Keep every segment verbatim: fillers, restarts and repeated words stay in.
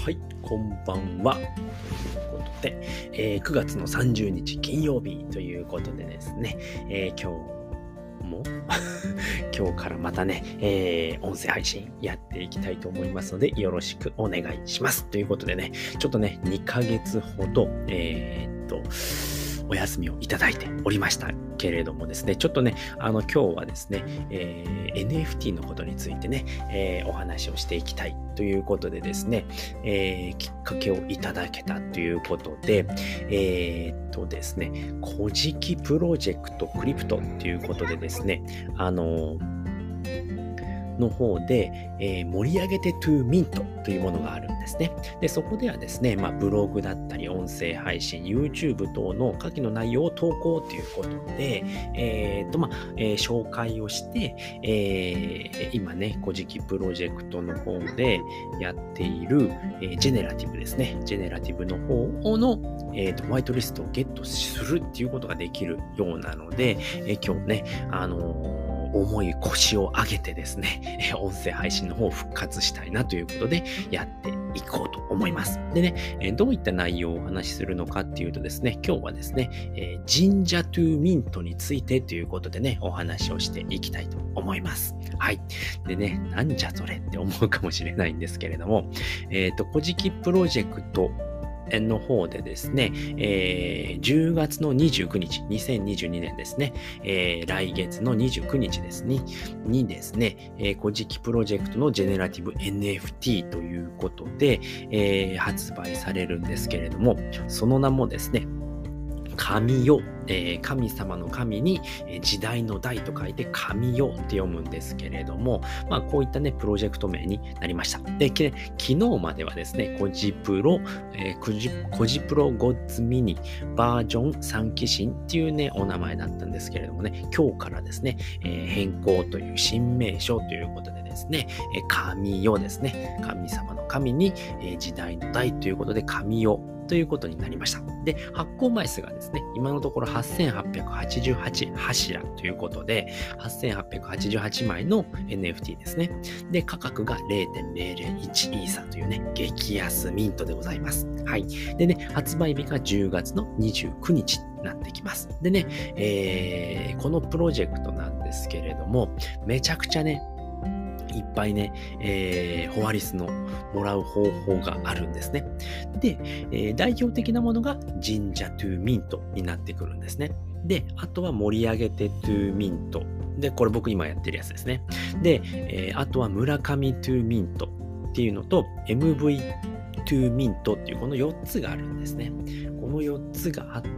はい、こんばんは。ということで、えーくがつのさんじゅうにち金曜日ということでですね、えー今日も今日からまたね、えー音声配信やっていきたいと思いますので、よろしくお願いします。ということでね、ちょっとね、にかげつほど、えーっと、お休みをいただいておりましたけれどもですね、ちょっとね、あの今日はですね、えー エヌエフティー のことについてね、えーお話をしていきたいということでですね、えーきっかけをいただけたということで、えーっとですね、古事記プロジェクトクリプトということでですね、あのーの方で、えー盛り上げて to mint というものがあるんですね。で、そこではですね、まあ、ブログだったり、音声配信、YouTube 等の下記の内容を投稿ということで、えーと、まあ、えー紹介をして、えー今ね、古事記プロジェクトの方でやっている、えージェネラティブですね。ジェネラティブの方の、えーと、ホワイトリストをゲットするっていうことができるようなので、えー今日ね、あのー重い腰を上げてですね、えー音声配信の方を復活したいなということでやっていこうと思います。でね、えーどういった内容をお話しするのかっていうとですね、今日はですね、えー神社トゥーミントについてということでね、お話をしていきたいと思います。はい。でね、なんじゃそれって思うかもしれないんですけれども、えっと、古事記プロジェクトの方でですね、えーじゅうがつのにじゅうくにち、にせんにじゅうにねんですね、えー来月のにじゅうくにちですね、にですね、えー古事記プロジェクトのジェネラティブ エヌエフティー ということで、えー発売されるんですけれども、その名もですね、神よ、えー神様の神に、えー時代の代と書いて神よって読むんですけれども、まあこういったね、プロジェクト名になりました。で、き昨日まではですね、コジプロ、えー、コジコジプロゴッズミニバージョンさんきしんっていうね、お名前だったんですけれどもね、今日からですね、えー変更という新名称ということでですね、えー神よですね、神様の神に、えー時代の代ということで神よということになりました。で、発行枚数がですね、今のところはっせんはっぴゃくはちじゅうはち柱ということで、はっせんはっぴゃくはちじゅうはちまいの エヌエフティー ですね。で、価格が れいてんぜろぜろいちイーサというね、激安ミントでございます。はい。でね、発売日がじゅうがつのにじゅうくにちになってきます。でね、えー、このプロジェクトなんですけれども、めちゃくちゃね、いっぱいね、えー、ホワリスのもらう方法があるんですね。で、えー代表的なものが神社トゥーミントになってくるんですね。で、あとは盛り上げてトゥーミント。で、これ僕今やってるやつですね。で、えーあとは村上トゥーミントっていうのと エムブイ トゥーミントっていうこのよっつがあるんですね。このよっつがあって、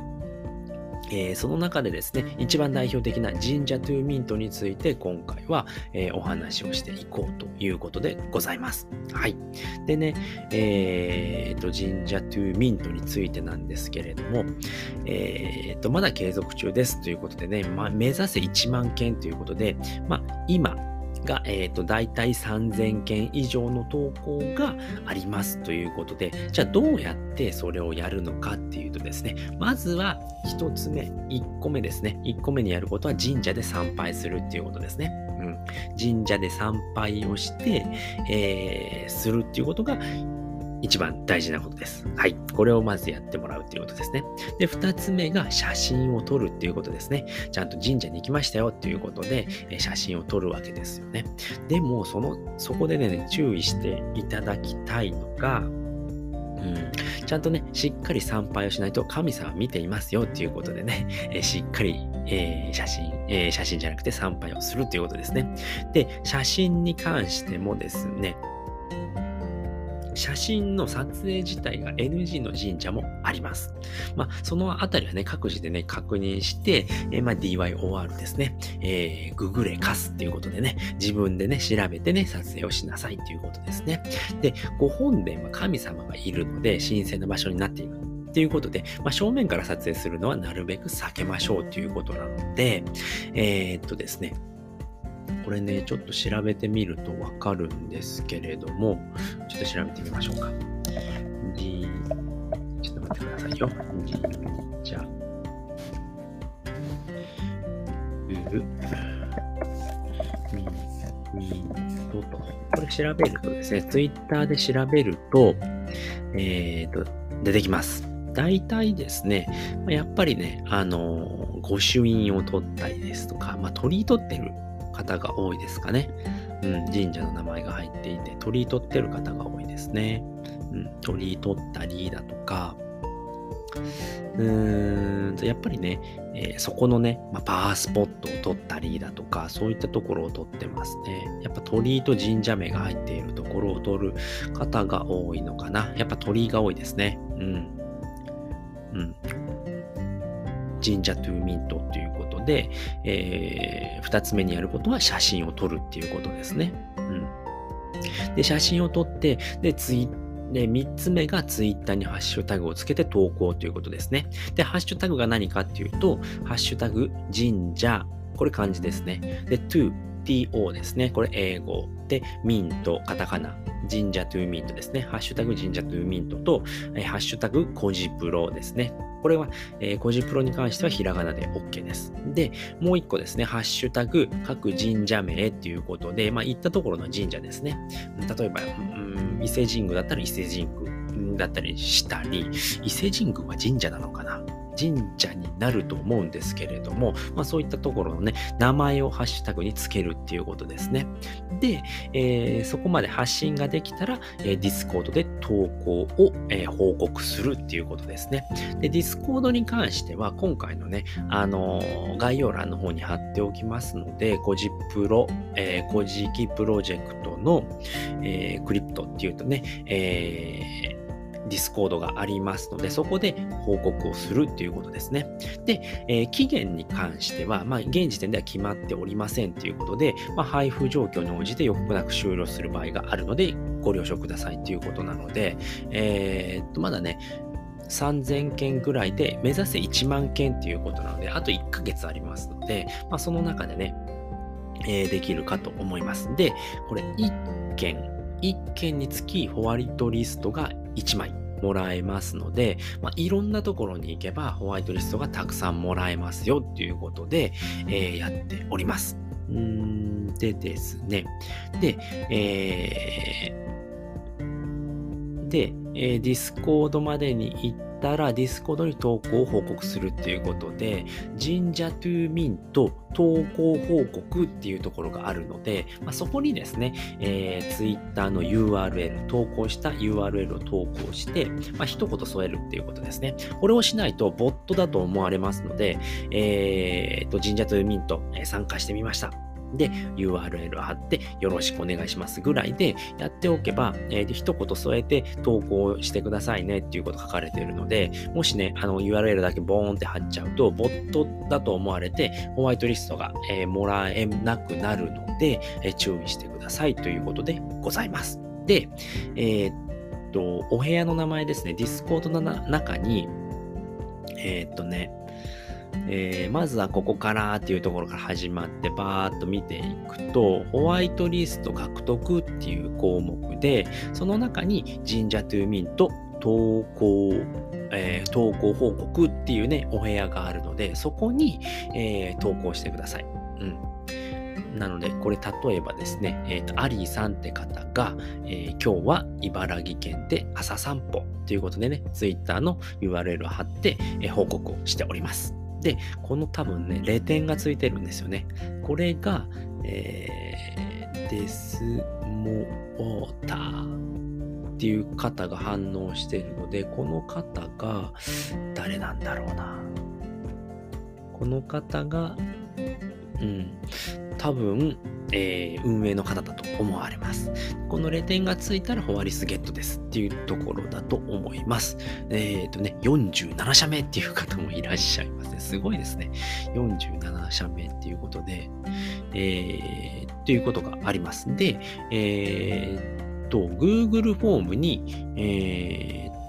えーその中でですね、一番代表的な神社トゥーミントについて今回は、えーお話をしていこうということでございます。はい。でね、えーと、神社トゥーミントについてなんですけれども、えーと、まだ継続中ですということでね、まあ、目指せいちまんけんということで、まあ、今、が、えっと、だいたいさんぜんけん以上の投稿がありますということで、じゃあどうやってそれをやるのかっていうとですね、まずはひとつめ、いっこめですね。いっこめにやることは神社で参拝するっていうことですね。うん、神社で参拝をして、えーするっていうことが一番大事なことです。はい。これをまずやってもらうっていうことですね。で、二つ目が写真を撮るっていうことですね。ちゃんと神社に行きましたよっていうことで、え写真を撮るわけですよね。でも、その、そこでね、注意していただきたいのが、うん、ちゃんとね、しっかり参拝をしないと神様見ていますよっていうことでね、えしっかり、えー写真、えー写真じゃなくて参拝をするっていうことですね。で、写真に関してもですね、写真の撮影自体が エヌジー の神社もあります。まあ、そのあたりはね、各自でね、確認して、えーまあ、ディーワイオーアール ですね。えー、ググれかすっていうことでね、自分でね、調べてね、撮影をしなさいっていうことですね。で、ご本殿は神様がいるので、神聖な場所になっている。っていうことで、まあ、正面から撮影するのはなるべく避けましょうということなので、えー、っとですね、これね、ちょっと調べてみるとわかるんですけれども、ちょっと調べてみましょうか。じ、ちょっと待ってくださいよ。じ、じゃ、う、み、みとと。これ調べるとですね、Twitter で調べると、えっと、出てきます。大体ですね、やっぱりね、あの、御朱印を取ったりですとか、まあ、鳥居取ってる方が多いですかね。うん、神社の名前が入っていて、鳥居取ってる方が多いですね。うん、鳥居取ったりだとか、うーんと、やっぱりね、えーそこのね、まあ、パワースポットを取ったりだとか、そういったところを取ってますね。やっぱ鳥居と神社名が入っているところを取る方が多いのかな。やっぱ鳥居が多いですね。うん。うん。神社トゥーミントということで、えー、二つ目にやることは写真を撮るっていうことですね。うん。で、写真を撮って、で、ツイで、三つ目がツイッターにハッシュタグをつけて投稿ということですね。で、ハッシュタグが何かっていうと、ハッシュタグ神社、これ漢字ですね。で、to、to ですね。これ英語。で、ミント、カタカナ。神社トゥーミントですね。ハッシュタグ神社トゥーミントと、えーハッシュタグコジプロですね。これは、えー、コジプロに関してはひらがなで OK です。で、もう一個ですね、ハッシュタグ各神社名っていうことで、まあ、行ったところの神社ですね。例えば、うん、伊勢神宮だったら伊勢神宮だったりしたり、伊勢神宮は神社なのかな、神社になると思うんですけれども、まあ、そういったところのね、名前をハッシュタグにつけるっていうことですね。で、えーそこまで発信ができたら、えー、Discord で投稿を、えー報告するっていうことですね。で、Discord に関しては、今回のね、あのー概要欄の方に貼っておきますので、コジプロ、えー、コジキプロジェクトの、えークリプトっていうとね、えーディスコードがありますので、そこで報告をするっていうことですね。で、えー期限に関しては、まあ、現時点では決まっておりませんということで、まあ、配布状況に応じて予告なく終了する場合があるので、ご了承くださいということなので、えーっと、まだね、さんぜんけんぐらいで目指せいちまんけんということなので、あといっかげつありますので、まあ、その中でね、えーできるかと思います。で、これいっけん、いっけんにつきホワイトリストがいちまいもらえますので、まあ、いろんなところに行けばホワイトリストがたくさんもらえますよっていうことで、えーやっております。うーんでですね。で、えーで、えー、Discord までに行ったら Discord に投稿を報告するっていうことで、神社トゥーミント投稿報告っていうところがあるので、まあ、そこにですね、えー、Twitter の ユーアールエル、投稿した ユーアールエル を投稿して、まあ、一言添えるっていうことですね。これをしないとボットだと思われますので、えー、と神社トゥーミント、えー参加してみました。で、ユーアールエル を貼ってよろしくお願いしますぐらいでやっておけば、えーで一言添えて投稿してくださいねっていうこと書かれているので、もしね、あの ユーアールエル だけボーンって貼っちゃうと、ボットだと思われてホワイトリストが、えーもらえなくなるので、えー注意してくださいということでございます。で、えーっと、お部屋の名前ですね、Discord のな中に、えーっとね、えーまずはここからっていうところから始まってバーッと見ていくと、ホワイトリスト獲得っていう項目で、その中に神社トゥーミント投稿、えー投稿報告っていうね、お部屋があるので、そこに、えー投稿してください。うん。なので、これ例えばですね、えっと、アリーさんって方が、えー今日は茨城県で朝散歩ということでね、ツイッターの ユーアールエル を貼って、えー報告をしております。で、この多分ね、レ点がついてるんですよね。これが、えーデスモーターっていう方が反応しているので、この方が誰なんだろうな。この方が、うん、多分、えー運営の方だと思われます。このレ点がついたらホワリスゲットですっていうところだと思います。えっとね、よんじゅうななしゃめっていう方もいらっしゃいますね。すごいですね。よんじゅうななしゃめっていうことで、えー、っていうことがあります。で、えーっと、Google フォームに、えー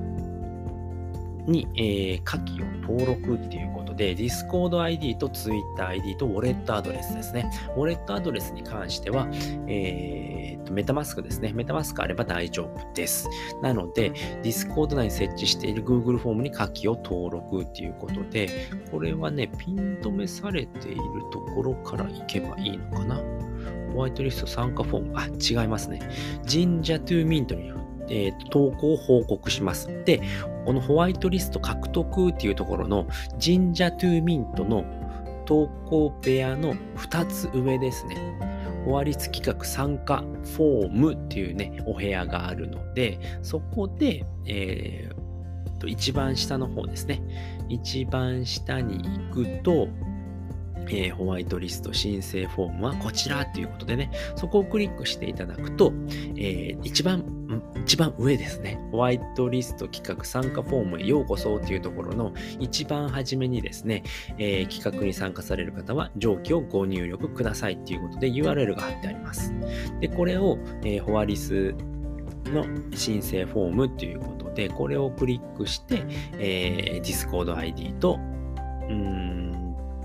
に、えー、下記を登録っていうことで、Discord アイディー と Twitter アイディー と Wallet アドレスですね。Wallet アドレスに関しては、えー、と、メタマスクですね。メタマスクあれば大丈夫です。なので、Discord 内に設置している Google フォームに下記を登録っていうことで、これはね、ピン止めされているところから行けばいいのかな。 ホワイトリスト参加フォーム、あ、違いますね。神社トゥーミントに、えー、投稿を報告します。で、このホワイトリスト獲得っていうところの神社トゥーミントの投稿部屋のふたつ上ですね。ホワリス企画参加フォームっていうね、お部屋があるので、そこで、えー、と一番下の方ですね。一番下に行くと、えー、ホワイトリスト申請フォームはこちらということでね、そこをクリックしていただくと、えー、一番、一番上ですね、ホワイトリスト企画参加フォームへようこそというところの一番初めにですね、えー、企画に参加される方は上記をご入力くださいということで ユーアールエル が貼ってあります。で、これを、えー、ホワリスの申請フォームということで、これをクリックして、えー、Discord アイディー と、うーん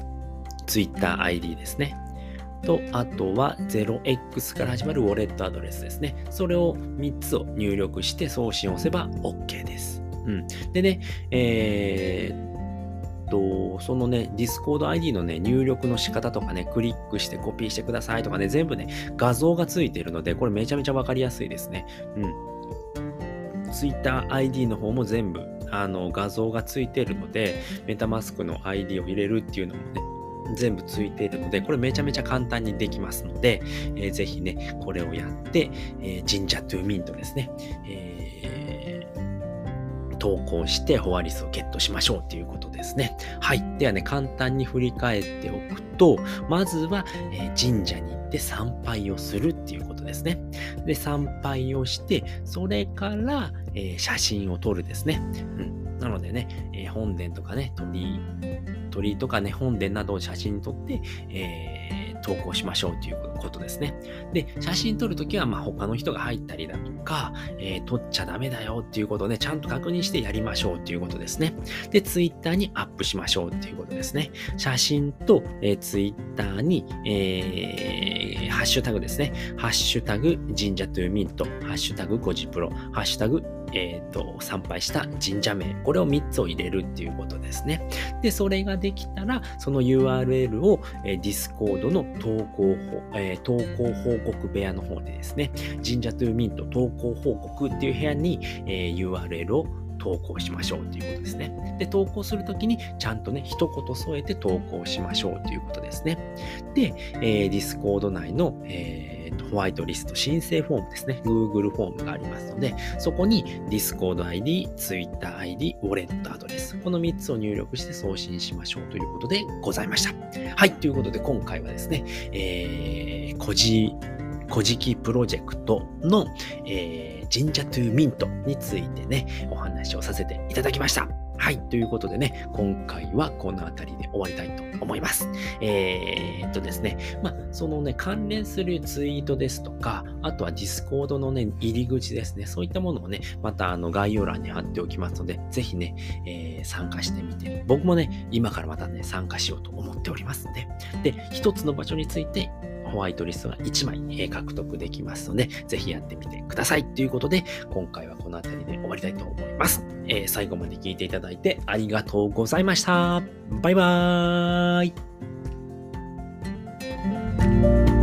Twitter アイディー ですね。と、あとは ゼロエックス から始まるウォレットアドレスですね。それをみっつを入力して送信を押せば OK です。うん。でね、えー、っと、そのね、Discord アイディー のね、入力の仕方とかね、クリックしてコピーしてくださいとかね、全部ね、画像がついているので、これめちゃめちゃわかりやすいですね。うん。Twitter アイディー の方も全部、あの、画像がついているので、メタマスクの アイディー を入れるっていうのもね、全部ついているので、これめちゃめちゃ簡単にできますので、えー、ぜひね、これをやって、えー、神社トゥーミントですね、えー、投稿してホワリスをゲットしましょうということですね。はい。ではね、簡単に振り返っておくと、まずは、えー、神社に行って参拝をするっていうことですね。で、参拝をして、それから、えー、写真を撮るですね。うん。なのでね、えー、本殿とかね、鳥居、鳥居とかね、本殿などを写真撮って、えー、投稿しましょうということですね。で、写真撮るときは、まあ、他の人が入ったりだとか、えー、撮っちゃダメだよっていうことをね、ちゃんと確認してやりましょうということですね。で、ツイッターにアップしましょうっていうことですね。写真と、えー、ツイッターに、えー、ハッシュタグですね。ハッシュタグ、神社トゥーミント、ハッシュタグ、ゴジプロ、ハッシュタグ、えっと、参拝した神社名、これをみっつを入れるっていうことですね。で、それができたら、その ユーアールエル を、えー、Discord の投稿、えー、投稿報告部屋の方でですね、神社トゥーミント投稿報告っていう部屋に、えー、ユーアールエル を投稿しましょうということですね。で、投稿するときにちゃんとね、一言添えて投稿しましょうということですね。で、えー、Discord 内の、えーホワイトリスト申請フォームですね。Google フォームがありますので、そこに Discord アイディー、Twitter アイディー、ウォレットアドレス。このみっつを入力して送信しましょうということでございました。はい。ということで今回はですね、えー、こじ、こじきプロジェクトの、えー、神社トゥーミントについてね、お話をさせていただきました。はい。ということでね、今回はこの辺りで終わりたいと思います。えー、っとですね、まあ、そのね、関連するツイートですとか、あとは Discord のね、入り口ですね、そういったものをね、またあの概要欄に貼っておきますので、ぜひね、えー、参加してみて、僕もね、今からまたね、参加しようと思っておりますので、で、一つの場所について、ホワイトリストがいちまい獲得できますので、ぜひやってみてください。ということで、今回はこの辺りで終わりたいと思います。えー、最後まで聞いていただいてありがとうございました。バイバーイ。